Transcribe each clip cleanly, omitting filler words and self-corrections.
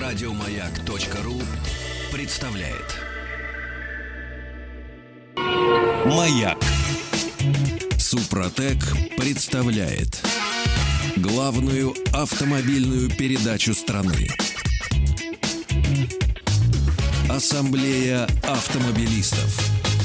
Радиомаяк.ру представляет Маяк. Супротек представляет главную автомобильную передачу страны. Ассамблея автомобилистов.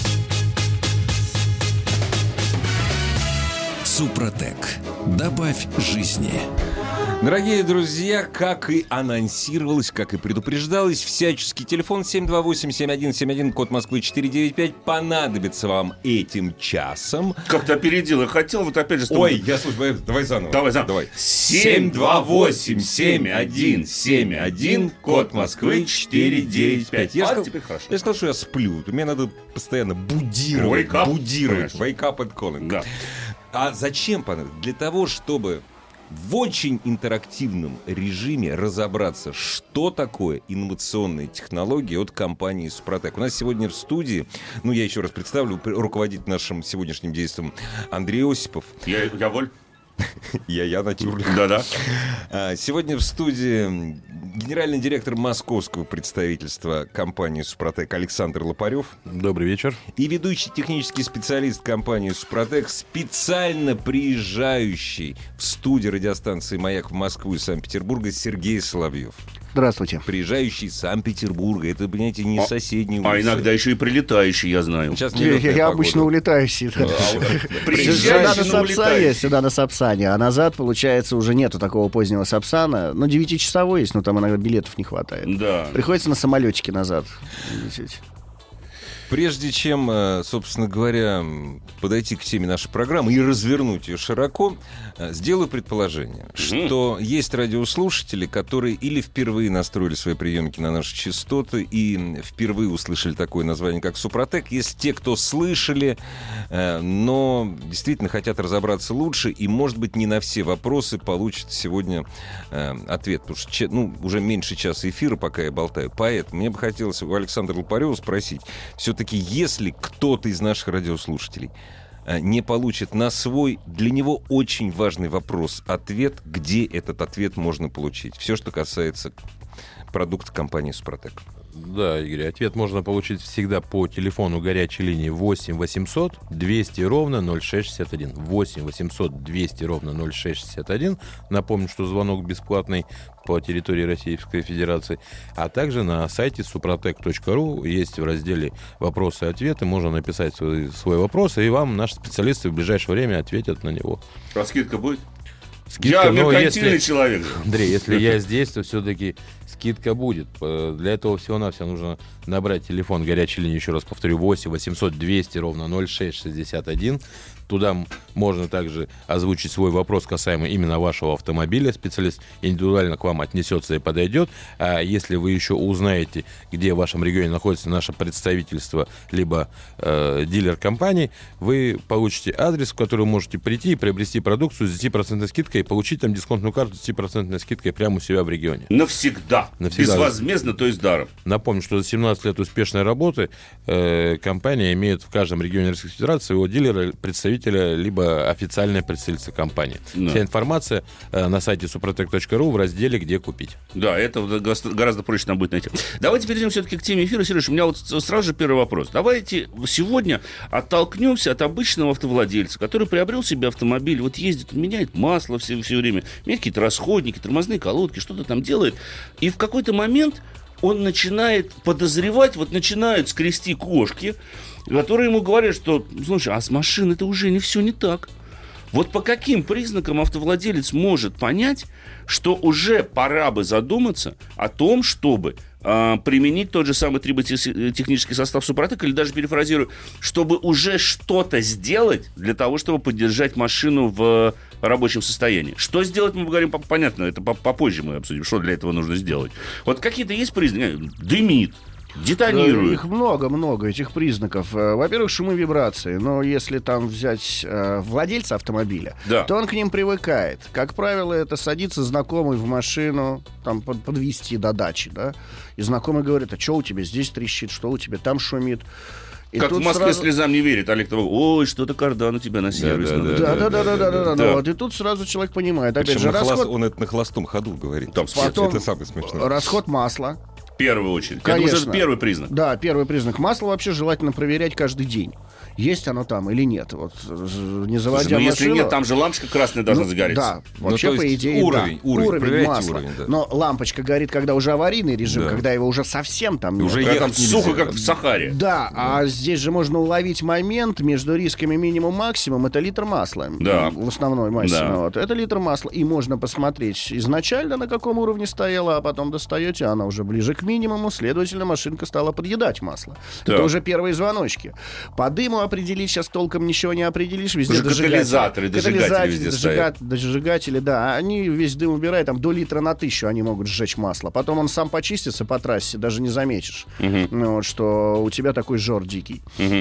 Супротек. Добавь жизни. Дорогие друзья, как и анонсировалось, как и предупреждалось, всяческий телефон 728-7171, код Москвы 495, понадобится вам этим часом. Как-то опередил, я хотел, вот опять же... Ой, я слушаю, давай заново. Давай. 728-7171, код Москвы 495. Теперь хорошо. Я сказал, что я сплю. Мне надо постоянно будировать. Wake up and calling. Да. А зачем понадобится? Для того, чтобы в очень интерактивном режиме разобраться, что такое инновационные технологии от компании «Супротек». У нас сегодня в студии, я еще раз представлю, руководит нашим сегодняшним действием Андрей Осипов. Я Воль. Я натюрлик. Да-да. Сегодня в студии генеральный директор московского представительства компании «Супротек» Александр Лопарев. Добрый вечер. И ведущий технический специалист компании «Супротек», специально приезжающий в студию радиостанции «Маяк» в Москву из Санкт-Петербурга Сергей Соловьев. Здравствуйте. Приезжающий из Санкт-Петербурга. Это, понимаете, не соседний улицы. А иногда еще и прилетающий, я знаю. Сейчас я обычно улетающий. Сюда на Сапсане. А назад, получается, уже нету такого позднего Сапсана. 9-часовой есть, но там иногда билетов не хватает. Да. Приходится на самолетике назад лететь. Прежде чем, собственно говоря, подойти к теме нашей программы и развернуть ее широко, сделаю предположение, что есть радиослушатели, которые или впервые настроили свои приемники на наши частоты и впервые услышали такое название, как «Супротек». Есть те, кто слышали, но действительно хотят разобраться лучше, и, может быть, не на все вопросы получат сегодня ответ. Потому что уже меньше часа эфира, пока я болтаю. Поэтому мне бы хотелось у Александра Лопарева спросить, все-таки, если кто-то из наших радиослушателей не получит на свой, для него очень важный вопрос, ответ, где этот ответ можно получить. Все, что касается продукта компании «Супротек». Да, Игорь, ответ можно получить всегда по телефону горячей линии 8 800 200 ровно 0661. 8 800 200 ровно 0661. Напомню, что звонок бесплатный по территории Российской Федерации. А также на сайте suprotec.ru есть в разделе «Вопросы и ответы». Можно написать свой вопрос, и вам наши специалисты в ближайшее время ответят на него. А скидка будет? Скидка, я меркантильный человек. Андрей, если я здесь, то все-таки скидка будет. Для этого всего-навсего нужно набрать телефон горячей линии, еще раз повторю, 8 800 200 ровно 0661. Туда можно также озвучить свой вопрос касаемо именно вашего автомобиля. Специалист индивидуально к вам отнесется и подойдет. А если вы еще узнаете, где в вашем регионе находится наше представительство, либо дилер компании, вы получите адрес, в который вы можете прийти и приобрести продукцию с 10% скидкой и получить там дисконтную карту с 10% скидкой прямо у себя в регионе. Навсегда. Безвозмездно, то есть даром. Напомню, что за 17 лет успешной работы компания имеет в каждом регионе Российской Федерации своего дилера, представителя, либо официальное представительство компании. Да. Вся информация на сайте suprotec.ru в разделе «Где купить». Да, это гораздо проще нам будет найти. Давайте перейдем все-таки к теме эфира. Сереж, у меня вот сразу же первый вопрос. Давайте сегодня оттолкнемся от обычного автовладельца, который приобрел себе автомобиль, вот ездит, меняет масло все время, меняет какие-то расходники, тормозные колодки, что-то там делает. И в какой-то момент он начинает подозревать, начинают скрести кошки, которые ему говорят, что, слушай, а с машиной это уже не все не так. Вот по каким признакам автовладелец может понять, что уже пора бы задуматься о том, чтобы применить тот же самый триботехнический состав «Супротек», или даже, перефразирую, чтобы уже что-то сделать для того, чтобы поддержать машину в рабочем состоянии. Что сделать, мы поговорим, понятно, это попозже мы обсудим, что для этого нужно сделать. Вот какие-то есть признаки? Дымит, детонирует. Их много этих признаков. Во-первых, шумы, вибрации. Но если там взять владельца автомобиля, то он к ним привыкает. Как правило, это садится знакомый в машину, там подвезти до дачи, да, и знакомый говорит: а что у тебя здесь трещит, что у тебя там шумит. И как в Москве слезам не верит, Олег, ой, что-то кардан у тебя на сервис. Да. Вот, и тут сразу человек понимает. Опять же, расход... Он это на холостом ходу говорит. Потом это самое смешное. Расход масла. В первую очередь. Конечно. Я думаю, что это первый признак. Да, первый признак. Масло вообще желательно проверять каждый день. Есть оно там или нет. Вот, не заводя машину... если нет, там же лампочка красная должна загореться. Да, вообще, по идее, уровень масла. Уровень, да. Но лампочка горит, когда уже аварийный режим, когда его уже совсем там нет. Уже там сухо, как в Сахаре. Да, а здесь же можно уловить момент между рисками минимум-максимум. Это литр масла. Да. В основной массе. Да. Вот. Это литр масла. И можно посмотреть изначально, на каком уровне стояла, а потом достаете, она уже ближе к минимуму. Следовательно, машинка стала подъедать масло. Да. Это уже первые звоночки. По дыму определить сейчас толком ничего не определишь. Везде катализаторы, дожигатели везде стоят. Дожигатели, да. Они весь дым убирают, там до литра на 1000 они могут сжечь масло. Потом он сам почистится по трассе, даже не заметишь, вот, что у тебя такой жор дикий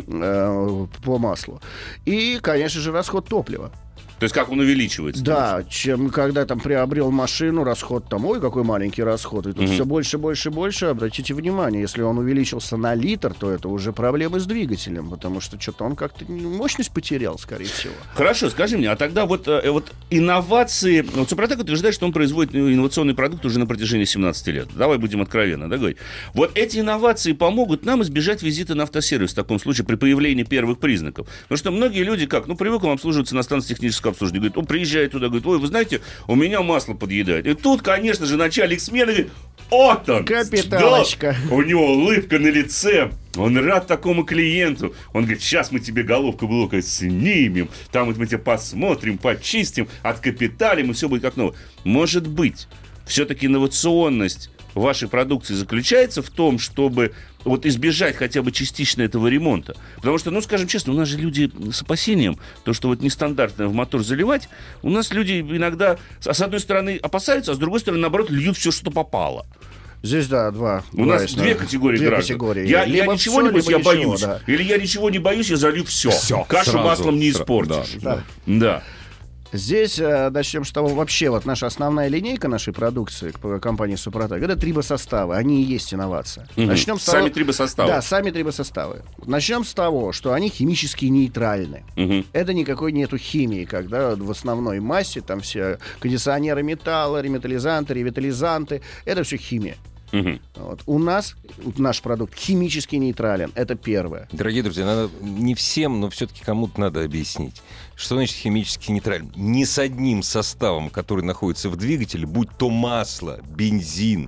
по маслу. И, конечно же, расход топлива. То есть как он увеличивается? Да, чем когда там приобрел машину, расход там, ой, какой маленький расход. И тут все больше, больше, больше. Обратите внимание, если он увеличился на литр, то это уже проблемы с двигателем, потому что что-то он как-то мощность потерял, скорее всего. Хорошо, скажи мне, а тогда вот инновации... Вот Супротек утверждает, что он производит инновационный продукт уже на протяжении 17 лет. Давай будем откровенны, да, говорить. Вот эти инновации помогут нам избежать визита на автосервис в таком случае при появлении первых признаков. Потому что многие люди как? Привыкли обслуживаться на станции технического обслуживания. Говорит, он приезжает туда, говорит, ой, вы знаете, у меня масло подъедает. И тут, конечно же, начальник смены говорит, вот он! Капиталочка. Да, у него улыбка на лице. Он рад такому клиенту. Он говорит, сейчас мы тебе головку блока снимем, там вот мы тебя посмотрим, почистим, откапиталим, и все будет как новое. Может быть, все-таки инновационность вашей продукции заключается в том, чтобы вот избежать хотя бы частично этого ремонта. Потому что, скажем честно, у нас же люди с опасением, то, что вот нестандартно в мотор заливать, у нас люди иногда, с одной стороны, опасаются, а с другой стороны, наоборот, льют все, что попало. Здесь, да, два. У нас две категории граждан. Я ничего не боюсь, я боюсь. Да. Или я ничего не боюсь, я залью все. Кашу сразу, маслом не испортишь. Да. Здесь начнем с того, вообще вот наша основная линейка нашей продукции по компании Супротек — это трибосоставы, они и есть инновация. Начнем с того, сами трибосоставы? Да, сами трибосоставы. Начнем с того, что они химически нейтральны. Это никакой нету химии, когда в основной массе там все кондиционеры металла, реметаллизанты, ревитализанты, это все химия. Вот. У нас наш продукт химически нейтрален. Это первое. Дорогие друзья, надо не всем, но все-таки кому-то надо объяснить, что значит химически нейтрален. Ни с одним составом, который находится в двигателе, будь то масло, бензин,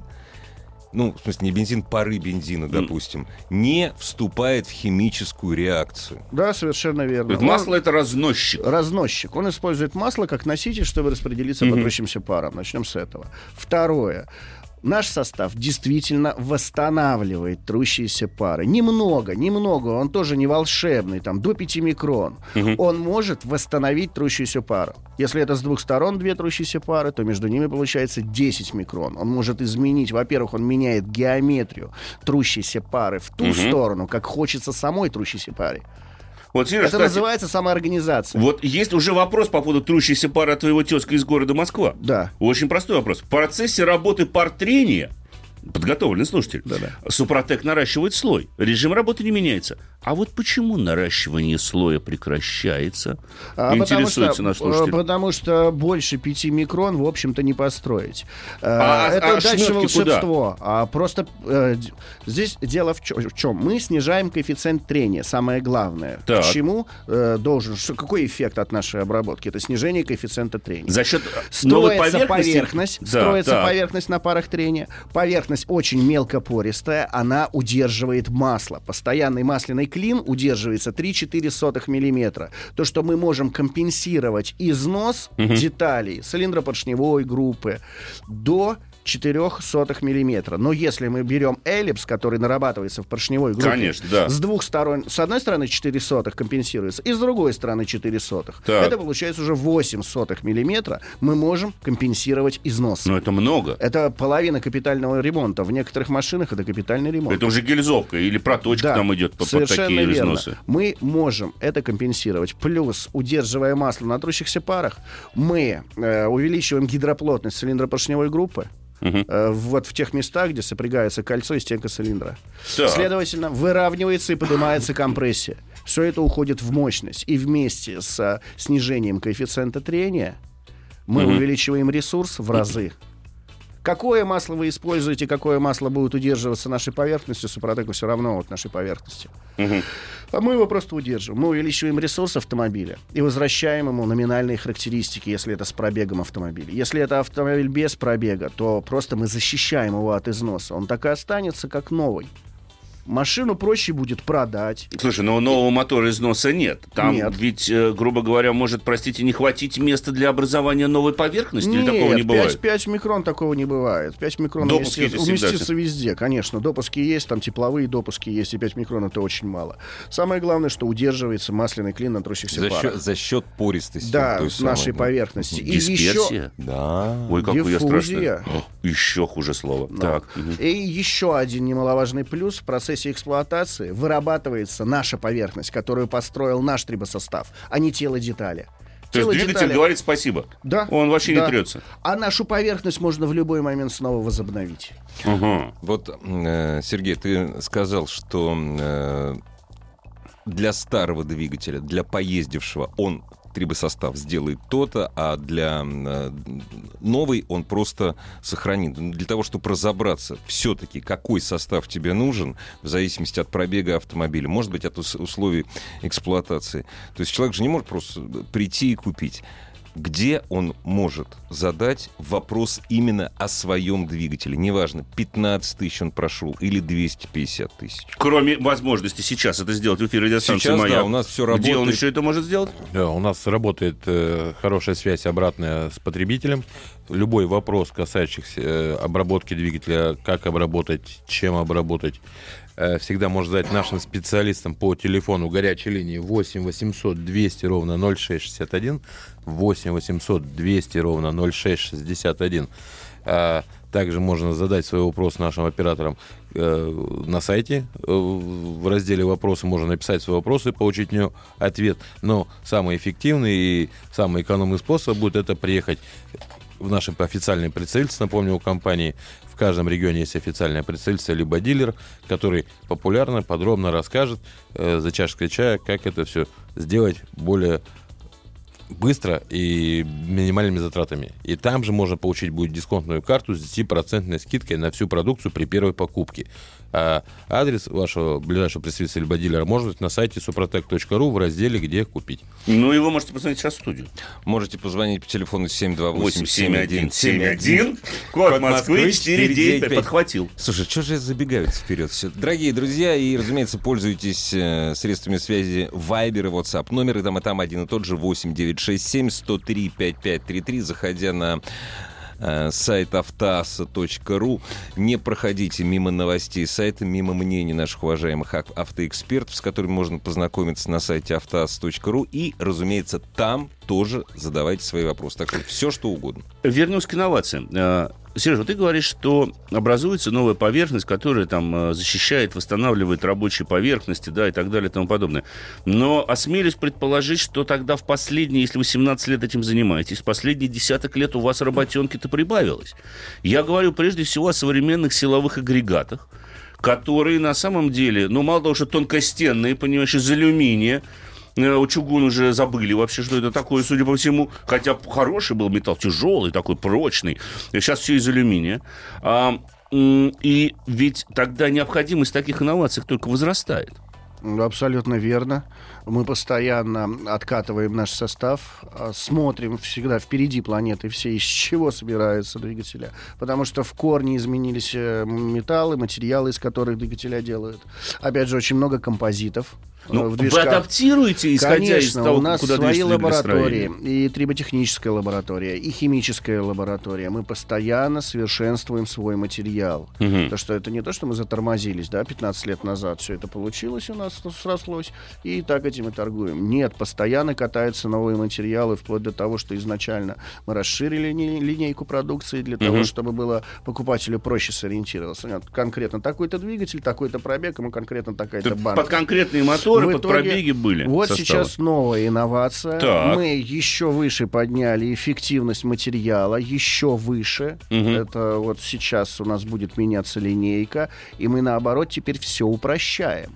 в смысле не бензин, пары бензина, допустим, не вступает в химическую реакцию. Да, совершенно верно. Масло — это разносчик. Разносчик. Он использует масло как носитель, чтобы распределиться по трущимся парам. Начнем с этого. Второе. Наш состав действительно восстанавливает трущиеся пары. Немного, он тоже не волшебный, там, до 5 микрон. Он может восстановить трущуюся пару. Если это с двух сторон две трущиеся пары, то между ними получается 10 микрон. Он может изменить, во-первых, он меняет геометрию трущейся пары в ту сторону, как хочется самой трущейся паре. Вот, Сереж, это называется самоорганизация. Вот есть уже вопрос по поводу трущейся пары от твоего тезка из города Москва. Да. Очень простой вопрос. В процессе работы пар трения, подготовленный слушатель, Супротек наращивает слой. Режим работы не меняется. А вот почему наращивание слоя прекращается? Интересуется наш слушатель. Потому что больше 5 микрон, в общем-то, не построить. Это дальше волшебство. Просто здесь дело в чем? Мы снижаем коэффициент трения, самое главное. Так. Почему какой эффект от нашей обработки? Это снижение коэффициента трения. За счет новой поверхности? Строится поверхность на парах трения. Поверхность очень мелкопористая, она удерживает масло. Постоянный масляный клин удерживается 3,4 мм. То, что мы можем компенсировать износ деталей цилиндропоршневой группы до 0,04 мм. Но если мы берем эллипс, который нарабатывается в поршневой группе, конечно, да. С двух сторон, с одной стороны 0,04 компенсируется, и с другой стороны 0,04. Это получается уже 0,08 мм. Мы можем компенсировать износ. Но это много. Это половина капитального ремонта. В некоторых машинах это капитальный ремонт. Это уже гильзовка или проточка там идет под такие износы. Мы можем это компенсировать. Плюс, удерживая масло на трущихся парах, мы увеличиваем гидроплотность цилиндропоршневой группы. вот в тех местах, где сопрягается кольцо и стенка цилиндра. Так. Следовательно, выравнивается и поднимается компрессия. Все это уходит в мощность. И вместе с снижением коэффициента трения мы увеличиваем ресурс в разы. Какое масло вы используете, какое масло будет удерживаться нашей поверхностью, Супротеку все равно вот нашей поверхности. А мы его просто удерживаем. Мы увеличиваем ресурс автомобиля и возвращаем ему номинальные характеристики, если это с пробегом автомобиля. Если это автомобиль без пробега, то просто мы защищаем его от износа. Он так и останется, как новый. Машину проще будет продать. Слушай, но у нового мотора износа нет. Там Нет. ведь, грубо говоря, может, простите, не хватить места для образования новой поверхности? Или такого не бывает? 5 микрон такого не бывает. 5 микрон Допуски эти всегда уместится везде, конечно. Допуски есть, там тепловые допуски есть, и 5 микрон это очень мало. Самое главное, что удерживается масляный клин на трущихся парах. За счет пористости. Да, той самой, нашей да. поверхности. И Дисперсия? еще... Да. Ой, какое я Диффузия. страшное. Еще хуже слово. Так. И еще один немаловажный плюс: в процессе эксплуатации вырабатывается наша поверхность, которую построил наш трибосостав, а не тело детали. То есть двигатель говорит спасибо? Да. Он вообще да. не трется? А нашу поверхность можно в любой момент снова возобновить. Вот, Сергей, ты сказал, что для старого двигателя, для поездившего, он трибосостав сделает то-то, а для новый он просто сохранит. Для того, чтобы разобраться все-таки, какой состав тебе нужен, в зависимости от пробега автомобиля, может быть, от условий эксплуатации. То есть человек же не может просто прийти и купить. Где он может задать вопрос именно о своем двигателе? Неважно, 15 тысяч он прошел или 250 тысяч. Кроме возможности сейчас это сделать в эфире радиостанции Сейчас, «Маяк». да, у нас все работает. Где он еще это может сделать? Да, у нас работает хорошая связь обратная с потребителем. Любой вопрос, касающийся обработки двигателя, как обработать, чем обработать, всегда можно задать нашим специалистам по телефону горячей линии 8 800 200 ровно 0661, 8 800 200 ровно 0661. Также можно задать свой вопрос нашим операторам на сайте. В разделе «Вопросы» можно написать свой вопрос и получить на него ответ. Но самый эффективный и самый экономный способ будет это приехать в наше официальное представительство, напомню, у компании. В каждом регионе есть официальное представительство, либо дилер, который популярно, подробно расскажет за чашкой чая, как это все сделать более быстро и минимальными затратами. И там же можно получить будет дисконтную карту с 10% скидкой на всю продукцию при первой покупке. А адрес вашего ближайшего представителя либо дилера может быть на сайте suprotec.ru в разделе «Где купить». Ну, его можете посмотреть сейчас в студию. Можете позвонить по телефону 728-7171. Код Москвы 495. Подхватил. Слушай, что же я забегаю вперед? Все. Дорогие друзья, и, разумеется, пользуйтесь средствами связи Viber и WhatsApp. Номер и там один и тот же 8967-103-5533. Заходя на сайт автоаса.ру, не проходите мимо новостей сайта, мимо мнений наших уважаемых автоэкспертов, с которыми можно познакомиться на сайте автоаса.ру, и, разумеется, там тоже задавайте свои вопросы. Так что все, что угодно. Вернусь к инновациям. Сережа, ты говоришь, что образуется новая поверхность, которая там защищает, восстанавливает рабочие поверхности, да, и так далее и тому подобное. Но осмелюсь предположить, что тогда в последние, если вы 17 лет этим занимаетесь, в последние десяток лет у вас работенки-то прибавилось. Я говорю прежде всего о современных силовых агрегатах, которые на самом деле, ну, мало того, что тонкостенные, понимаешь, из алюминия, чугун уже забыли вообще, что это такое, судя по всему. Хотя хороший был металл, тяжелый, такой прочный. Сейчас все из алюминия. И ведь тогда необходимость таких инноваций только возрастает. Абсолютно верно. Мы постоянно откатываем наш состав, смотрим всегда впереди планеты все, из чего собираются двигателя. Потому что в корне изменились металлы, материалы, из которых двигателя делают. Опять же, очень много композитов. Ну, вы адаптируете, исходя из того, у нас куда свои лаборатории, настроение. и триботехническая лаборатория, и химическая лаборатория. Мы постоянно совершенствуем свой материал. Потому что это не то, что мы затормозились, да, 15 лет назад все это получилось у нас, срослось, и так этим и торгуем. Нет, постоянно катаются новые материалы, вплоть до того, что изначально мы расширили линейку продукции для того, чтобы было покупателю проще сориентироваться. Конкретно такой-то двигатель, такой-то пробег, ему конкретно такая-то банка. Под конкретный мотор подборы, под пробеги были. Вот составы. сейчас новая инновация. Так. Мы еще выше подняли эффективность материала, еще выше. Это вот сейчас у нас будет меняться линейка, и мы, наоборот, теперь все упрощаем.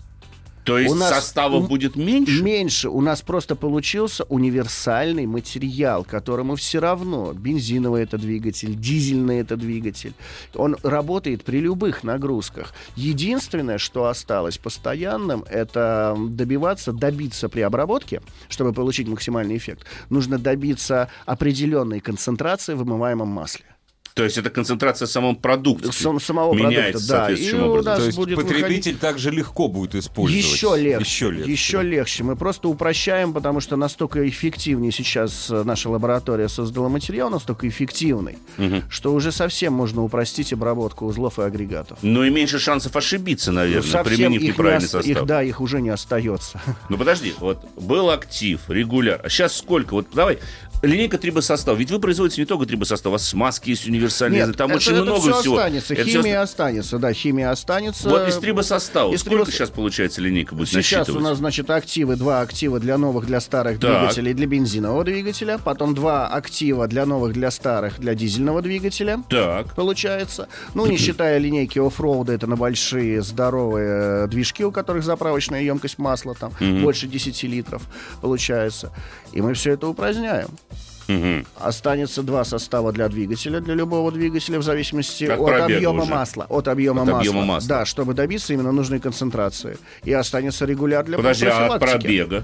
То есть У нас составов будет меньше? Меньше. У нас просто получился универсальный материал, которому все равно. Бензиновый это двигатель, дизельный это двигатель. Он работает при любых нагрузках. Единственное, что осталось постоянным, это добиться при обработке, чтобы получить максимальный эффект, нужно добиться определенной концентрации в вымываемом масле. То есть это концентрация самого продукта самого меняется продукта, да. соответствующим И у образом. нас То есть будет потребитель также легко будет использовать. Еще легче. Мы просто упрощаем, потому что настолько эффективнее сейчас наша лаборатория создала материал, настолько эффективный, что уже совсем можно упростить обработку узлов и агрегатов. Но и меньше шансов ошибиться, наверное, Совсем применив неправильный состав. их уже не остается. Ну подожди, вот был актив, регуляр. А сейчас сколько? Вот давай, линейка трибосостав. Ведь вы производите не только трибосостав, у вас смазки есть универсальные. Нет, там это, очень это много все всего. Останется. Это Химия останется, да, химия останется. Вот из трибосостава. Сколько трибос- сейчас, получается, линейка будет Сейчас насчитывать? у нас, значит, активы, 2 актива для новых, для старых Так. двигателей, для бензинового двигателя, потом 2 актива для новых, для старых, для дизельного двигателя. Так. Получается. Ну, не считая линейки оффроуда, это на большие здоровые движки, у которых заправочная емкость масла там больше 10 литров получается. И мы все это упраздняем. Останется 2 состава для двигателя, для любого двигателя, в зависимости Как от пробега объема уже. масла. От объема масла. Да, чтобы добиться именно нужной концентрации. И останется регуляр для Подожди, а от профилактики. пробега?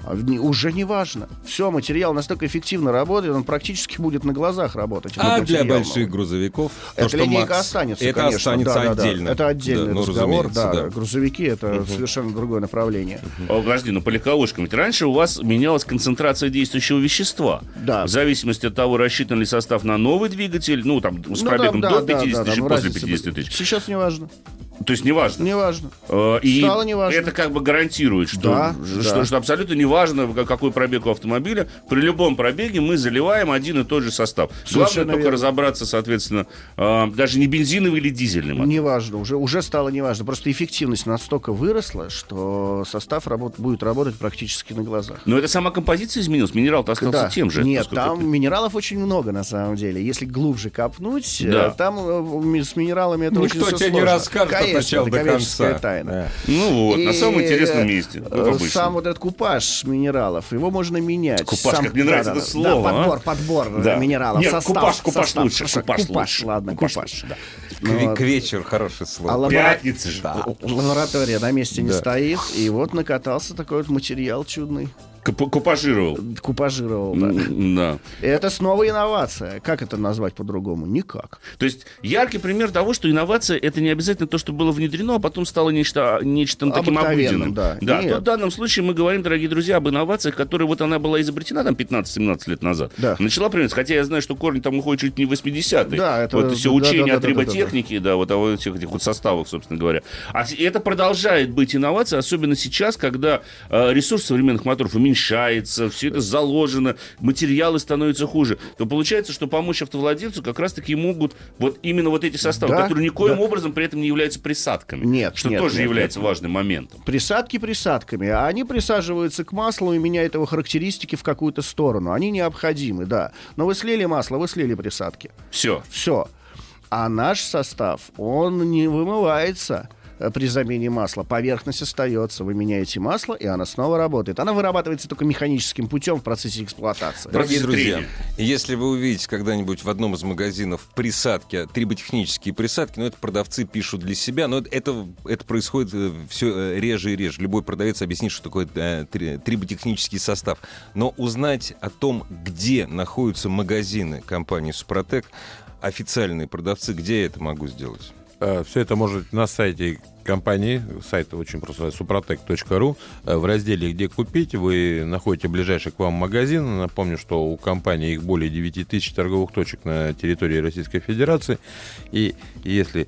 Уже не важно. Все, материал настолько эффективно работает, он практически будет на глазах работать. А этот для материал больших новый. грузовиков... Эта линейка останется, это конечно. останется Да. отдельно. Это отдельный Да, ну, разговор. разумеется, Да. да. Грузовики — это совершенно другое направление. Подожди, ну по легковушкам. Ведь раньше у вас менялась концентрация действующего вещества. Да. В зависимости от того, рассчитан ли состав на новый двигатель, ну там с пробегом до 50 тысяч и после 50 тысяч. Сейчас не важно. То есть неважно. Неважно. И Стало неважно. это как бы гарантирует, что, Да, что абсолютно неважно, какой пробег у автомобиля. При любом пробеге мы заливаем один и тот же состав. Совершенно Главное только верно. разобраться, соответственно, даже не бензиновый или дизельный мотор. Неважно, уже стало неважно. Просто эффективность настолько выросла, что состав будет работать практически на глазах. Но это сама композиция изменилась, минерал-то остался тем же. Нет, насколько там я минералов очень много на самом деле. Если глубже копнуть, Да. там с минералами это Никто очень тебе не сложно. расскажет от Конечно, начала это до коммерческая конца. тайна. Да. Ну вот, на И, самом интересном месте. Вот обычно. Сам вот этот купаж минералов, его можно менять. Купаж, как мне нравится это слово, Да, подбор Да. минералов. Нет, состав, купаж состав. лучше, Хорошо, купаж купаж, лучше. ладно, Купаж купаж. лучше. Да. К Ну вот. вечер хорошее слово. Пятница же. Лаборатория на месте не Да. стоит, и вот накатался такой вот материал чудный. Купажировал. Купажировал, да. Да. Это снова инновация. Как это назвать по-другому? Никак. То есть яркий пример того, что инновация — это не обязательно то, что было внедрено, а потом стало нечто таким Обыкновенным, обыденным. да. Да, Нет. то в данном случае мы говорим, дорогие друзья, об инновациях, которые вот она была изобретена там 15-17 лет назад. Да. Начала применяться, хотя я знаю, что корни там уходят чуть не в 80-е. Да, это- вот все да, учение да, о да, триботехнике, да, вот о вот этих вот составах, собственно говоря. Это продолжает быть инновацией, особенно сейчас, когда ресурс современных моторов уменьшается, все это заложено, материалы становятся хуже, то получается, что помочь автовладельцу как раз-таки могут вот именно вот эти составы, Да, которые никоим да. образом при этом не являются присадками. Нет, Что нет, тоже нет, является нет. важным моментом. Присадки присадками, а они присаживаются к маслу и меняют его характеристики в какую-то сторону. Они необходимы, да. Но вы слили масло, вы слили присадки. Все. Все. А наш состав, он не вымывается при замене масла. Поверхность остается. Вы меняете масло, и она снова работает. Она вырабатывается только механическим путем в процессе эксплуатации. Дорогие Процесс друзья, трения. если вы увидите когда-нибудь в одном из магазинов присадки, триботехнические присадки, это продавцы пишут для себя, но это происходит все реже и реже. Любой продавец объяснит, что такое триботехнический состав. Но узнать о том, где находятся магазины компании «Супротек», официальные продавцы, где я это могу сделать? Все это может на сайте компании, сайт очень просто, suprotec.ru, в разделе «Где купить» вы находите ближайший к вам магазин. Напомню, что у компании их более 9 тысяч торговых точек на территории Российской Федерации. И если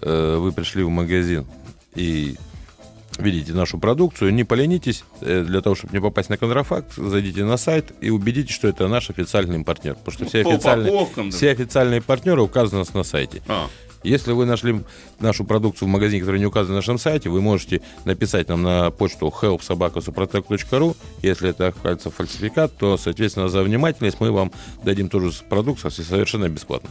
вы пришли в магазин и видите нашу продукцию, не поленитесь, для того, чтобы не попасть на контрафакт, зайдите на сайт и убедитесь, что это наш официальный партнер. Потому что все По упаковкам, да. официальные партнеры указаны у нас на сайте. Если вы нашли нашу продукцию в магазине, который не указан на нашем сайте, вы можете написать нам на почту help@suprotec.ru. Если это окажется фальсификат, то, соответственно, за внимательность мы вам дадим тоже продукцию совершенно бесплатно.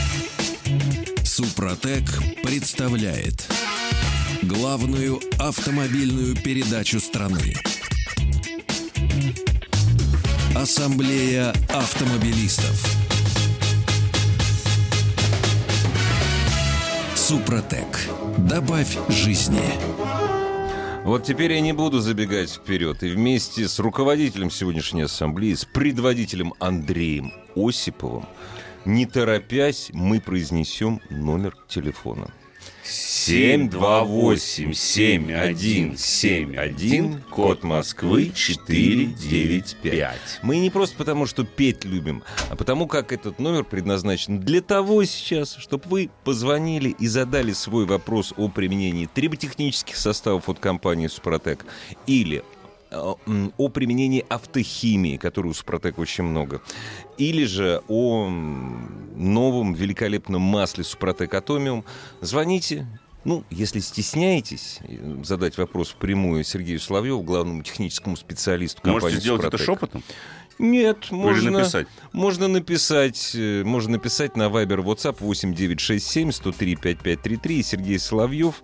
Супротек представляет главную автомобильную передачу страны. Ассамблея автомобилистов. Супротек. Добавь жизни. Вот теперь я не буду забегать вперед. И вместе с руководителем сегодняшней ассамблеи, с предводителем Андреем Осиповым, не торопясь, мы произнесем номер телефона. 728-7171, код Москвы 495. Мы не просто потому, что петь любим, а потому как этот номер предназначен для того сейчас, чтобы вы позвонили и задали свой вопрос о применении триботехнических составов от компании «Супротек» или о применении автохимии, которой у «Супротек» очень много, или же о новом великолепном масле «Супротек Атомиум». Звоните. Ну, если стесняетесь задать вопрос впрямую Сергею Соловьеву, главному техническому специалисту компании «Супротек». Можете сделать это шепотом? Нет, можно написать. Можно написать на Viber, WhatsApp 8967-103-5533. Сергей Соловьев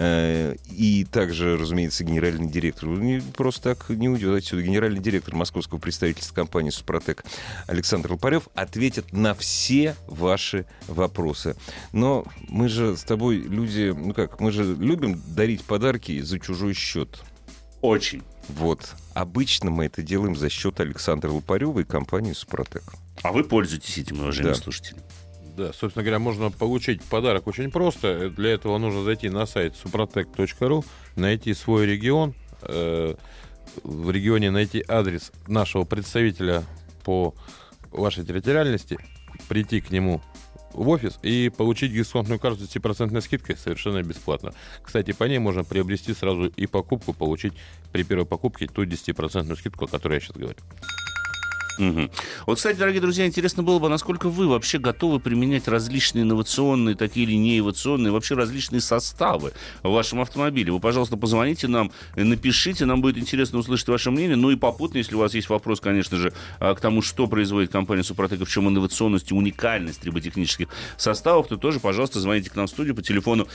и также, разумеется, генеральный директор. Просто так не уйдет отсюда. Генеральный директор московского представительства компании «Супротек» Александр Лопарев ответит на все ваши вопросы. Но мы же с тобой люди, мы же любим дарить подарки за чужой счет. Очень. Вот. Обычно мы это делаем за счет Александра Лопарева и компании «Супротек». А вы пользуетесь этим, уважаемые слушатели? Да, собственно говоря, можно получить подарок очень просто. Для этого нужно зайти на сайт suprotec.ru, найти свой регион, в регионе найти адрес нашего представителя по вашей территориальности, прийти к нему в офис и получить дисконтную карту с 10% скидкой совершенно бесплатно. Кстати, по ней можно приобрести сразу и покупку, получить при первой покупке ту 10% скидку, о которой я сейчас говорю. Угу. Вот, кстати, дорогие друзья, интересно было бы, насколько вы вообще готовы применять различные инновационные, такие или неинновационные, вообще различные составы в вашем автомобиле. Вы, пожалуйста, позвоните нам, напишите, нам будет интересно услышать ваше мнение. Ну и попутно, если у вас есть вопрос, конечно же, к тому, что производит компания «Супротек», в чем инновационность и уникальность триботехнических составов, то тоже, пожалуйста, звоните к нам в студию по телефону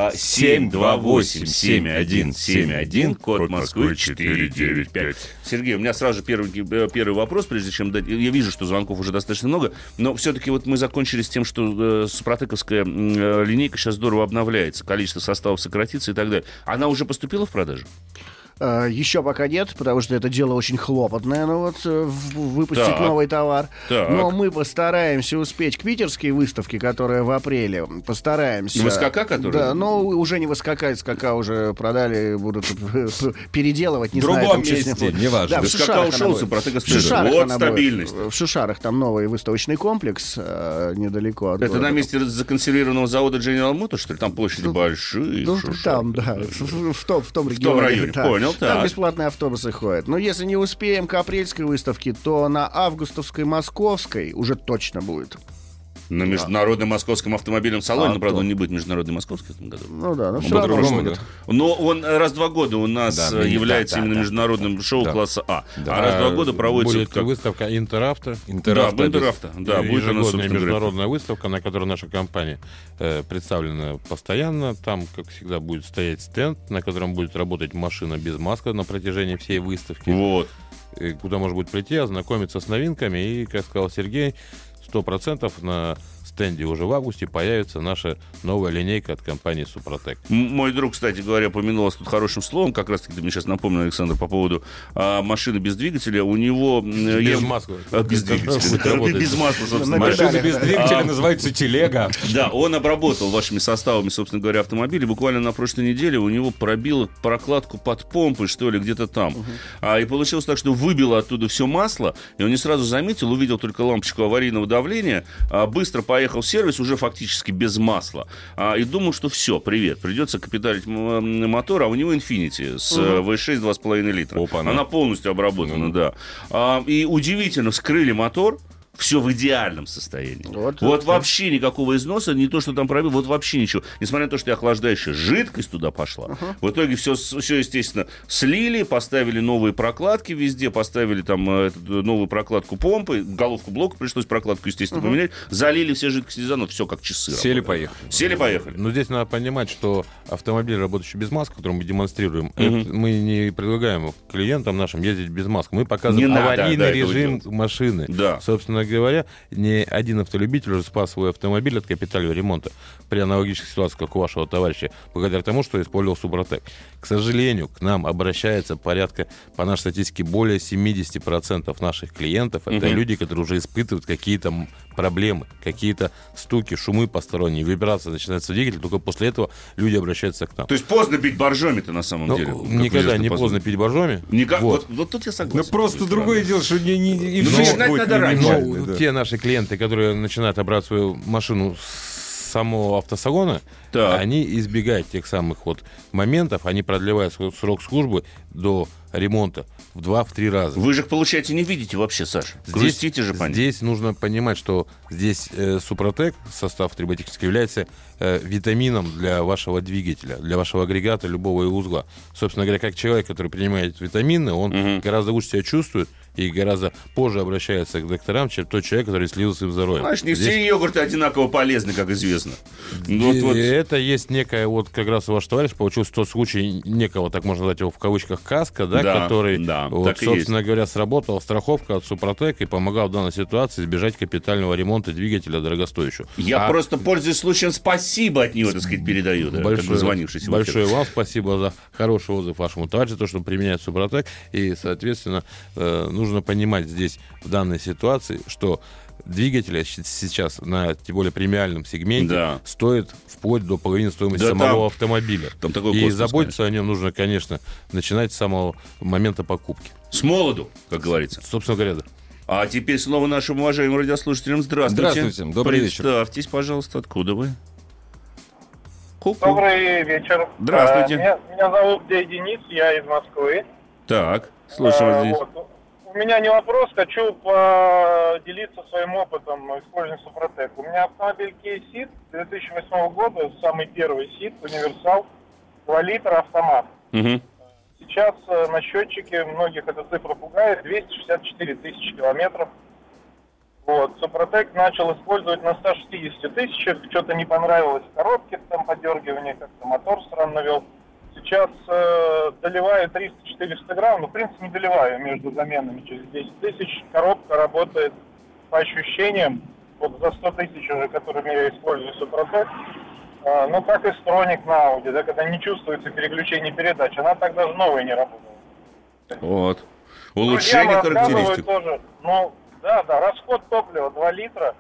728-7171, код Москвы 495. Сергей, у меня сразу же первый вопрос, прежде чем дать. Я вижу, что звонков уже достаточно много, но все-таки вот мы закончили с тем, что супротековская линейка сейчас здорово обновляется, количество составов сократится и так далее. Она уже поступила в продажу? Еще пока нет, потому что это дело очень хлопотное, выпустить новый товар. Но мы постараемся успеть к питерской выставке, которая в апреле. Постараемся. В СКК, которая? Да, но уже не в СКК, СКК уже продали, будут переделывать, не знаю. В другом месте, неважно. Да, в СКК ушел, Супротек остается. Вот стабильность. В Шушарах там новый выставочный комплекс недалеко от города. Это на месте законсервированного завода General Motors, что ли? Там площади большие. Ну, там, да, в том регионе. В том районе, понял. Там бесплатные автобусы ходят. Но если не успеем к апрельской выставке, то на августовской московской уже точно будет. На международном московском автомобильном салоне, но, правда, он не будет международный московский в этом году. Ну да, но все равно будет. Но он раз в 2 года у нас является именно международным шоу класса А. А раз в 2 года проводится... Будет выставка Интеравто. Интеравто. Да, будет она, собственно, международная выставка, на которой наша компания представлена постоянно. Там, как всегда, будет стоять стенд, на котором будет работать машина без маски на протяжении всей выставки. Вот. Куда можно будет прийти, ознакомиться с новинками. И, как сказал Сергей, 100% на стенде уже в августе появится наша новая линейка от компании «Супротек». Мой друг, кстати говоря, упомянул вас тут хорошим словом, как раз-таки ты мне сейчас напомнил, Александр, по поводу машины без двигателя. У него... Без масла. Без двигателя. Без масла, собственно. Машина без двигателя называется телега. Да, он обработал вашими составами, собственно говоря, автомобили. Буквально на прошлой неделе у него пробило прокладку под помпой, что ли, где-то там. И получилось так, что выбило оттуда все масло, и он не сразу заметил, увидел только лампочку аварийного давления, быстро поехал в сервис уже фактически без масла. И думал, что все, привет, придется капиталить мотор, а у него Infiniti с V6 2,5 литра. Опа-на. Она полностью обработана, да. И удивительно, вскрыли мотор, все в идеальном состоянии. Вот вообще никакого износа, не то, что там пробил, вот вообще ничего. Несмотря на то, что охлаждающая жидкость туда пошла, в итоге все, естественно, слили, поставили новые прокладки везде, поставили там новую прокладку помпы, головку блока пришлось прокладку, естественно, поменять, залили все жидкости изо, все как часы. Сели-поехали. Но здесь надо понимать, что автомобиль, работающий без маски, который мы демонстрируем, мы не предлагаем клиентам нашим ездить без маски. Мы показываем аварийный режим машины. Да. Собственно говоря, ни один автолюбитель уже спас свой автомобиль от капитального ремонта при аналогичных ситуациях, как у вашего товарища, благодаря тому, что использовал Супротек. К сожалению, к нам обращается порядка, по нашей статистике, более 70% наших клиентов. Это люди, которые уже испытывают какие-то проблемы, какие-то стуки, шумы посторонние, вибрация начинается двигатель, только после этого люди обращаются к нам. То есть поздно бить боржоми-то на самом деле? Никогда не поздно пить боржоми. Вот тут я согласен. Просто другое дело, что начинать надо раньше. Те наши клиенты, которые начинают обрабатывать свою машину с самого автосалона, они избегают тех самых моментов, они продлевают срок службы до ремонта в 2-3 раза. Вы же их, получается, не видите вообще, Саша. Грустите же по ним. Здесь нужно понимать, что здесь Супротек, состав триботехнический, является витамином для вашего двигателя, для вашего агрегата, любого узла. Собственно говоря, как человек, который принимает витамины, он гораздо лучше себя чувствует и гораздо позже обращается к докторам, чем тот человек, который следил своим здоровьем. Знаешь, не все йогурты одинаково полезны, как известно. Это есть некая, как раз у вашего товарища получился тот случай некого, так можно назвать его в кавычках, каска, который, собственно говоря, сработала страховка от Супротек и помогал в данной ситуации избежать капитального ремонта двигателя дорогостоящего. Я просто, пользуясь случаем, спасибо от него, так сказать, передаю. Большое вам спасибо за хороший отзыв вашему товарищу, то, что он применяет Супротек. И, соответственно, нужно понимать здесь, в данной ситуации, что двигатель сейчас на, тем более, премиальном сегменте стоит вплоть до половины стоимости самого автомобиля. И заботиться о нем нужно, конечно, начинать с самого момента покупки. С молоду, как говорится. Собственно говоря, да. А теперь слово нашим уважаемым радиослушателям. Здравствуйте. Здравствуйте, добрый вечер. Представьтесь, пожалуйста, откуда вы? Добрый вечер. Здравствуйте. Меня зовут Денис, я из Москвы. Так, слушаю вас здесь. У меня не вопрос, хочу поделиться своим опытом использования Супротек. У меня автомобиль Kia Ceed 2008 года, самый первый Ceed, универсал, 2 литра автомат. Сейчас на счетчике многих эта цифра пугает, 264 тысячи километров. Супротек начал использовать на 160 тысячах, что-то не понравилось в коробке, там подергивание, как-то мотор странно вел. Сейчас доливаю 300-400 грамм, в принципе не доливаю между заменами через 10 тысяч. Коробка работает по ощущениям, за 100 тысяч уже, которыми я использую Супротек. Как и Строник на Audi, когда не чувствуется переключение передач, она так даже новая не работала. Улучшение характеристик. Тоже, расход топлива 2 литра,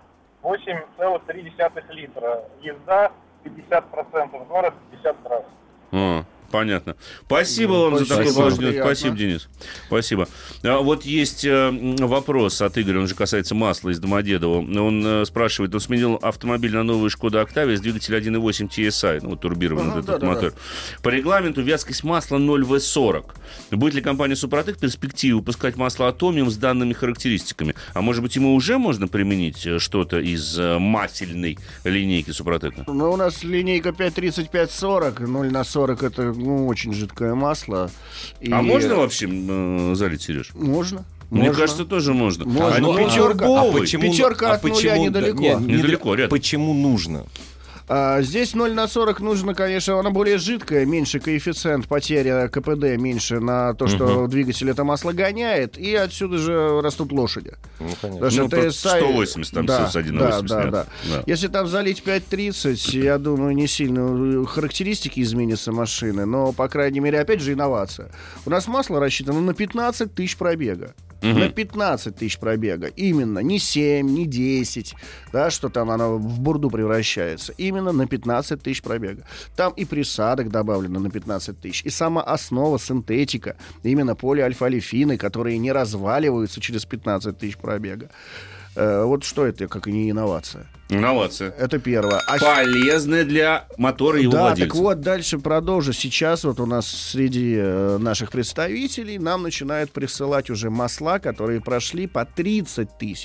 8,3 литра. Езда 50%, город 50 раз. Понятно. Спасибо вам за такой важный. Спасибо, Денис. Спасибо. Есть вопрос от Игоря, он же касается масла из Домодедово. Он спрашивает, он сменил автомобиль на новую Шкода Октавия с двигателя 1.8 TSI, турбированный этот мотор. По регламенту вязкость масла 0В40. Будет ли компания Супротек в перспективе выпускать масло Атомиум с данными характеристиками? А может быть, ему уже можно применить что-то из масельной линейки Супротека? У нас линейка 530-540, 0/40 это очень жидкое масло. А можно вообще залить, Сереж? Можно. Мне кажется, тоже можно. Пятерка от нуля недалеко. Недалеко, рядом. Почему нужно? Здесь 0/40 нужно, конечно, она более жидкая, меньше коэффициент потери КПД, меньше на то, что двигатель это масло гоняет, и отсюда же растут лошади. Конечно. Что 180 там с 1.8. Да. Если там залить 5.30, я думаю, не сильно характеристики изменятся машины, но, по крайней мере, опять же, инновация. У нас масло рассчитано на 15 тысяч пробега. На 15 тысяч пробега. Именно. Не 7, не 10, что там оно в бурду превращается. Именно на 15 тысяч пробега. Там и присадок добавлено на 15 тысяч. И сама основа синтетика. Именно полиальфа-олефины, которые не разваливаются через 15 тысяч пробега. Что это, как и не инновация? Инновация. Это первое. Полезная для мотора и его владельца. Так дальше продолжу. Сейчас у нас среди наших представителей нам начинают присылать уже масла, которые прошли по 30 тысяч.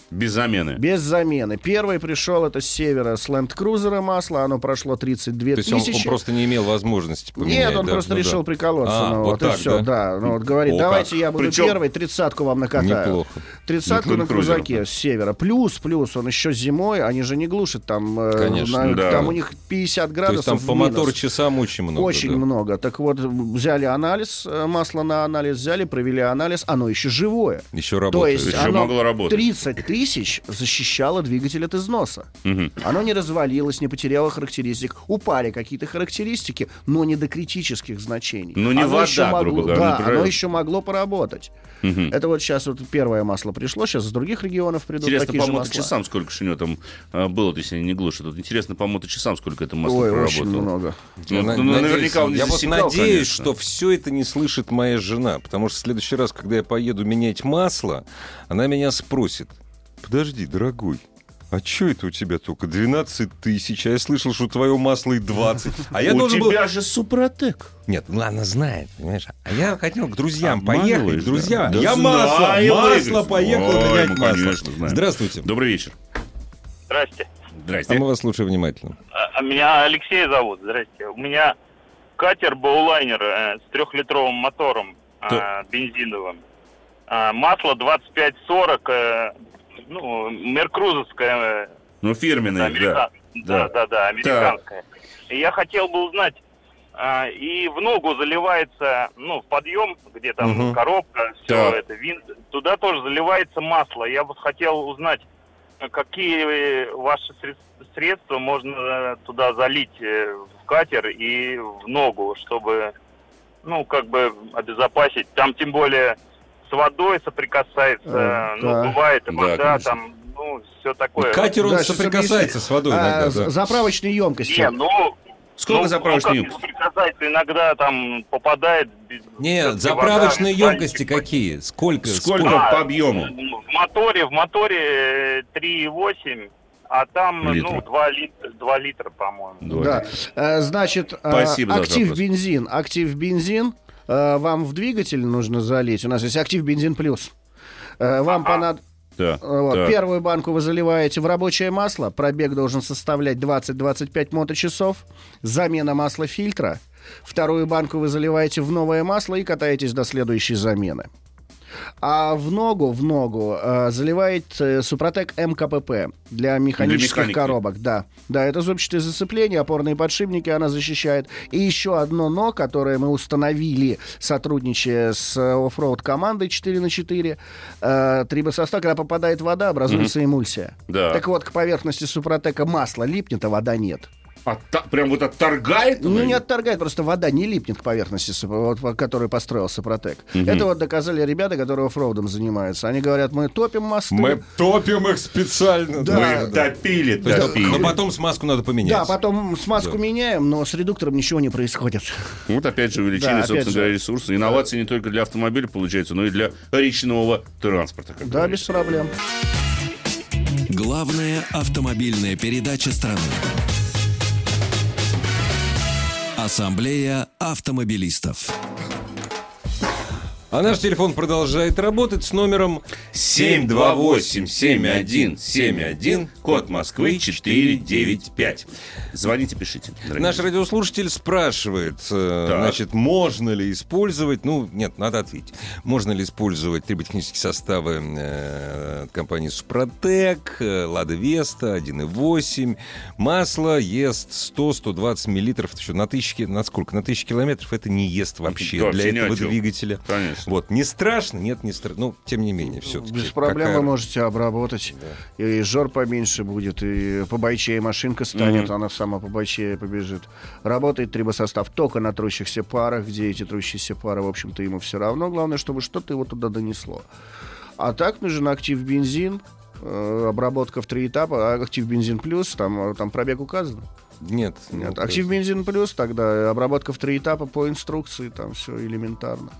Без замены. Без замены. Первый пришел это с севера, с Land Cruiser масло, оно прошло 32 То есть тысячи. он просто не имел возможности поменять? Нет, он просто решил приколоться. Вот так, все, да. Ну, вот говорит, давайте я буду Причем... первый, 30-ку вам накатаю. Неплохо. 30-ку на крузаке с севера. Плюс он еще зимой, они же не глушат там. Конечно, там у них 50 градусов. То есть там по моторчасам очень много. Очень много. Так вот, взяли анализ, масло на анализ взяли, провели анализ, оно еще живое. Еще работает. То есть еще могло работать. 30 тысяч защищало двигатель от износа. Оно не развалилось, не потеряло характеристик. Упали какие-то характеристики, но не до критических значений. Ну, не вода, грубо говоря. Да, оно еще могло поработать. Это вот сейчас вот первое масло пришло, сейчас из других регионов придут интересно, такие по же масла. моточасам сколько же у него там было, если они не глушат. Вот интересно, по моточасам сколько это масло Ой, проработало. очень много. Наверняка он не Я вот засекал, надеюсь, конечно. что все это не слышит моя жена, потому что в следующий раз, когда я поеду менять масло, она меня спросит: подожди, дорогой, а что это у тебя только 12 тысяч? А я слышал, что твое масло и 20. А я У должен был... тебя же Супротек. Нет, ну она знает, понимаешь? А я хотел к друзьям Обманываешь, поехать. Друзья, да? я Да масло знаем, поехал Ой, менять мы, масло. конечно, знаем. Здравствуйте. Добрый вечер. Здрасте. Здрасте. А мы вас слушаем внимательно. Меня Алексей зовут. Здрасте. У меня катер Боулайнер с 3-литровым мотором бензиновым. Масло 25-40, меркрузовское. Ну, фирменное, да. Да, американское. И я хотел бы узнать, и в ногу заливается, в подъем, где там коробка, все это, винт, туда тоже заливается масло. Я вот хотел узнать, какие ваши средства можно туда залить в катер и в ногу, чтобы, обезопасить. Там тем более с водой соприкасается, бывает вода, конечно. там, все такое. Катер, он Да, соприкасается с водой иногда, да. Заправочные емкости. Сколько заправочной емкости? Соприкасается, иногда там попадает... Нет, заправочные емкости какие? Сколько по объему? В моторе 3,8, а там, Литра. 2 литра, по-моему. Да. Значит, Спасибо за актив бензин вам в двигатель нужно залить. У нас есть актив бензин плюс. Вам понадобится... Первую банку вы заливаете в рабочее масло. Пробег должен составлять 20-25 моточасов. Замена масла фильтра. Вторую банку вы заливаете в новое масло и катаетесь до следующей замены. А в ногу заливает Супротек МКПП для механических коробок. Да, это зубчатые зацепления, опорные подшипники она защищает. И еще одно «но», которое мы установили, сотрудничая с оффроуд командой 4х4. Трибосостав, когда попадает вода, образуется эмульсия. Да. Так вот, к поверхности Супротека масло липнет, а вода нет. Прям вот отторгает? Не отторгает, просто вода не липнет к поверхности, которую построил Супротек. Это вот доказали ребята, которые оффроудом занимаются. Они говорят, мы топим мосты. Мы топим их специально. Да. Мы их топили. Но потом смазку надо поменять. Да, потом смазку меняем, но с редуктором ничего не происходит. Вот опять же увеличили, собственно говоря, ресурсы. Инновации не только для автомобиля, получается, но и для речного транспорта. Да, без проблем. Главная автомобильная передача страны. Ассамблея автомобилистов. А наш телефон продолжает работать с номером 728-7171, код Москвы 495. Звоните, пишите. Наш радиослушатель спрашивает, значит, можно ли использовать, надо ответить, можно ли использовать триботехнические составы компании Супротек, Лада Веста, 1.8, масло ест 100-120 миллилитров, на 1000 километров это не ест вообще для этого двигателя. Конечно. Вот, не страшно? Нет, не страшно. Тем не менее, все-таки. Без проблем вы можете обработать. Да. И жор поменьше будет, и побойчее машинка станет, она сама побойчее побежит. Работает трибосостав только на трущихся парах, где эти трущиеся пары, в общем-то, ему все равно. Главное, чтобы что-то его туда донесло. А так нужен актив бензин, обработка в 3 этапа, актив бензин плюс, там пробег указан. Нет. Актив бензин плюс, тогда обработка в 3 этапа по инструкции, там все элементарно.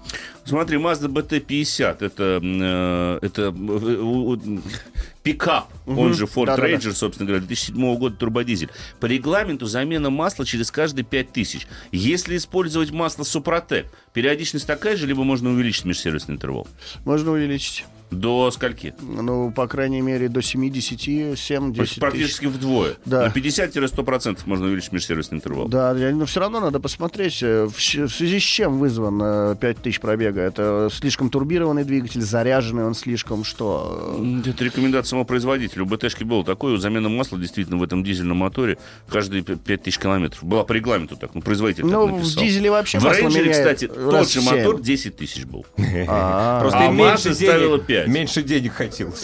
пикап, он же Ford Да-да-да. Ranger, собственно говоря, 2007 года турбодизель. По регламенту замена масла через каждые 5000. Если использовать масло Супротек, периодичность такая же, либо можно увеличить межсервисный интервал? Можно увеличить. До скольки? Ну, по крайней мере, до 7-10 То есть практически вдвое. Да. На 50-100% можно увеличить межсервисный интервал. Да, но все равно надо посмотреть, в связи с чем вызван 5000 пробега. Это слишком турбированный двигатель, заряженный он слишком что? Это рекомендация самого производителя. У БТшки было такое, замена масла действительно в этом дизельном моторе каждые 5000 километров. Была по регламенту так, производитель так Ну, написал. в дизеле вообще В масло Рейнджере, меняют кстати, раз тот же в 7. мотор 10 тысяч был. Просто А им Mazda ставила 5. меньше денег хотелось.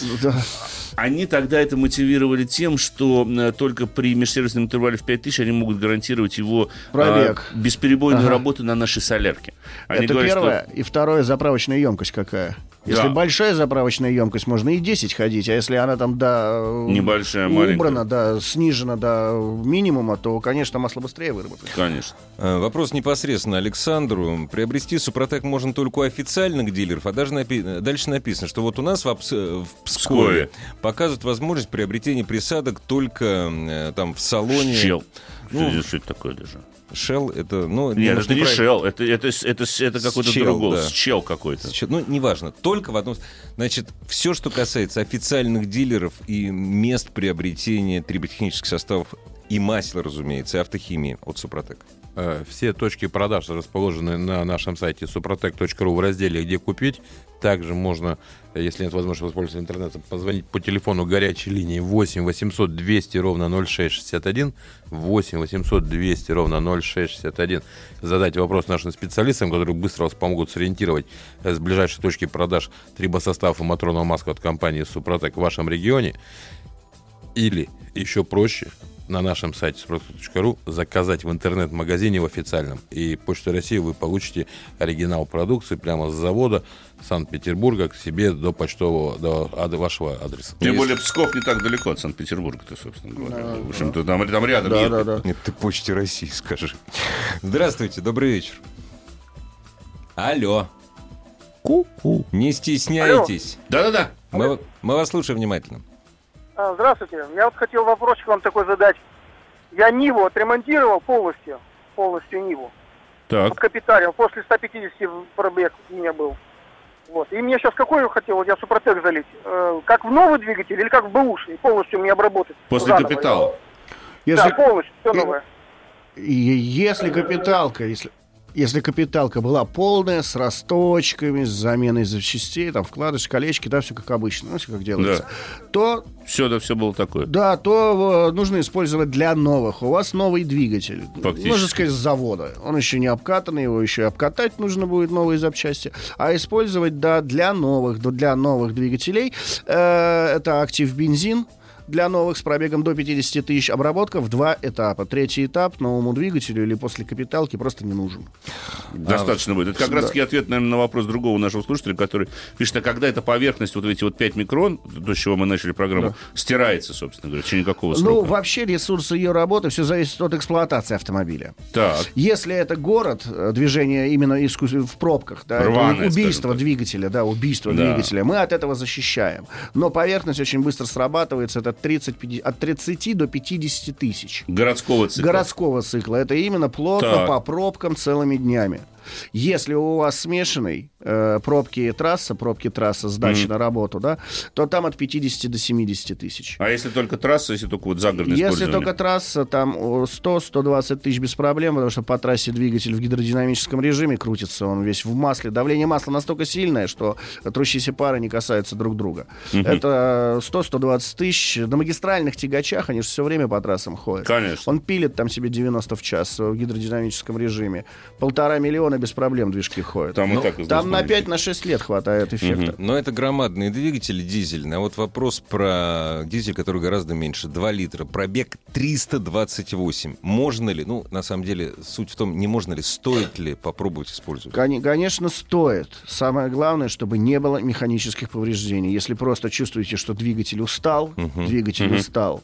Они тогда это мотивировали тем, что только при межсервисном интервале в 5000 они могут гарантировать его Пробег. бесперебойную работу на нашей солярке. Они Это говорят, первое. что- И второе, заправочная емкость какая? Если Да. большая заправочная емкость, можно и 10 ходить, а если она там Небольшая, убрана, маленькая. снижена до минимума, то, конечно, масло быстрее выработает. Конечно. Вопрос непосредственно Александру. Приобрести Супротек можно только у официальных дилеров, а даже дальше написано, что вот у нас в Пскове показывают возможность приобретения присадок только там в салоне. Shell. Ну, Что это такое даже? Shell это... Ну, Нет, может, это не неправильно. Shell, это какой-то Shell, другой. да. Shell какой-то. Ну, неважно. Только в одном... Значит, все, что касается официальных дилеров и мест приобретения триботехнических составов и масел, разумеется, и автохимии от Супротек. Все точки продаж расположены на нашем сайте suprotec.ru в разделе «Где купить». Также можно, если нет возможности воспользоваться интернетом, позвонить по телефону горячей линии 8 800 200 ровно 0661, 8 800 200 ровно 0661. Задать вопрос нашим специалистам, которые быстро вас помогут сориентировать с ближайшей точки продаж трибосостав и моторного масла от компании «Супротек» в вашем регионе. Или, еще проще, на нашем сайте suprotec.ru заказать в интернет-магазине в официальном. И Почтой России вы получите оригинал продукции прямо с завода Санкт-Петербурга к себе до вашего адреса. Тем более Псков не так далеко от Санкт-Петербурга-то, собственно говоря. В общем-то, там рядом ехать. Да. Нет, ты Почте России скажи. Здравствуйте, добрый вечер. Алло. Ку-ку. Не стесняйтесь. Да-да-да. Мы вас слушаем внимательно. Здравствуйте. Я вот хотел вопросик вам такой задать. Я Ниву отремонтировал полностью Ниву. Так. Капиталем. После 150 пробег у меня был. Вот. И мне сейчас какой хотел, я Супротек залить? Как в новый двигатель или как в бэушный? Полностью мне обработать? После заново. капитала. Да, полностью, все новое. Если капиталка была полная, с росточками, с заменой запчастей, там вкладыш, колечки, да, все как обычно, ну, все как делается, то Все было такое. да, то нужно использовать для новых. У вас новый двигатель. Фактически. Можно сказать, с завода. Он еще не обкатанный, его еще и обкатать нужно будет, новые запчасти. А использовать, да, для новых двигателей. Это актив бензин. Для новых с пробегом до 50 тысяч обработка в 2 этапа. 3-й этап новому двигателю или после капиталки просто не нужен. Достаточно будет. Это как раз-таки ответ, наверное, на вопрос другого нашего слушателя, который пишет, а когда эта поверхность, вот эти вот 5 микрон, то, с чего мы начали программу, стирается, собственно говоря, в течение какого Ну, срока? вообще ресурсы ее работы, все зависит от эксплуатации автомобиля. Так. Если это город, движение именно в пробках, да, это Рваное, убийство скажем так. двигателя, да, убийство Да. двигателя, мы от этого защищаем. Но поверхность очень быстро срабатывается, это от 30 до 50 тысяч. Городского цикла. Городского цикла. Это именно плотно Так. по пробкам целыми днями. Если у вас смешанный пробки трасса, сдачи на работу, да, то там от 50 до 70 тысяч. А если только трасса, если только вот загородное Если использование? только трасса, там 100-120 тысяч без проблем, потому что по трассе двигатель в гидродинамическом режиме крутится, он весь в масле. Давление масла настолько сильное, что трущиеся пары не касаются друг друга. Это 100-120 тысяч. На магистральных тягачах, они же все время по трассам ходят. Конечно. Он пилит там себе 90 в час в гидродинамическом режиме. 1,5 миллиона без проблем движки ходят. Там и так из Там на Москвы. 5-6 лет хватает эффекта. Но это громадные двигатели дизельные. А вот вопрос про дизель, который гораздо меньше. 2 литра. Пробег 328. Можно ли, на самом деле, суть в том, не можно ли, стоит ли попробовать использовать? Конечно, стоит. Самое главное, чтобы не было механических повреждений. Если просто чувствуете, что двигатель устал,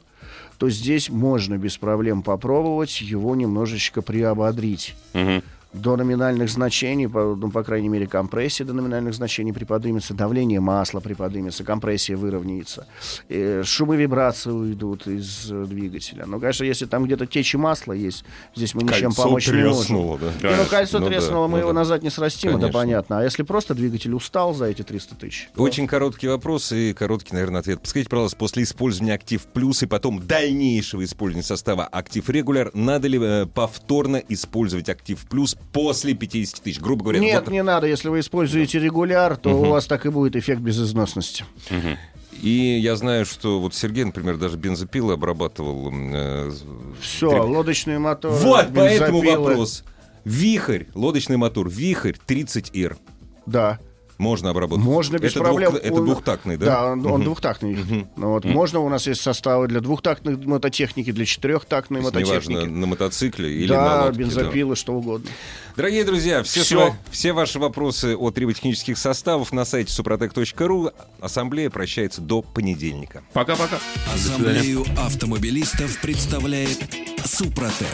то здесь можно без проблем попробовать его немножечко приободрить. до номинальных значений, по крайней мере, компрессия до номинальных значений приподнимется, давление масла приподнимется, компрессия выровняется, шумы, вибрации уйдут из двигателя. Но, конечно, если там где-то течь масла есть, здесь мы ничем помочь не можем. Да? Кольцо треснуло, мы его назад не срастим, это понятно. А если просто двигатель устал за эти 300 тысяч? Очень короткий вопрос и короткий, наверное, ответ. Подскажите, пожалуйста, после использования Актив Плюс и потом дальнейшего использования состава Актив Регуляр, надо ли повторно использовать Актив Плюс после 50 тысяч, грубо говоря? Нет, не надо. Если вы используете регуляр, то у вас так и будет эффект безызносности. И я знаю, что вот Сергей, например, даже бензопилы обрабатывал. Все, лодочные моторы. Вот, поэтому вопрос. Вихрь, лодочный мотор, Вихрь 30R. Да. Можно обработать. Можно без проблем. Это двухтактный, да? Да, он двухтактный. Вот. Можно, у нас есть составы для двухтактной мототехники, для четырехтактной мототехники. Неважно, на мотоцикле или на лодке. Бензопилы, что угодно. Дорогие друзья, все ваши вопросы о триботехнических составах на сайте suprotec.ru. Ассамблея прощается до понедельника. Пока-пока. Ассамблею автомобилистов представляет Супротек.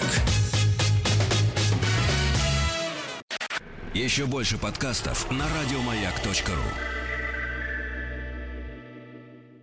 Еще больше подкастов на радиомаяк.ру.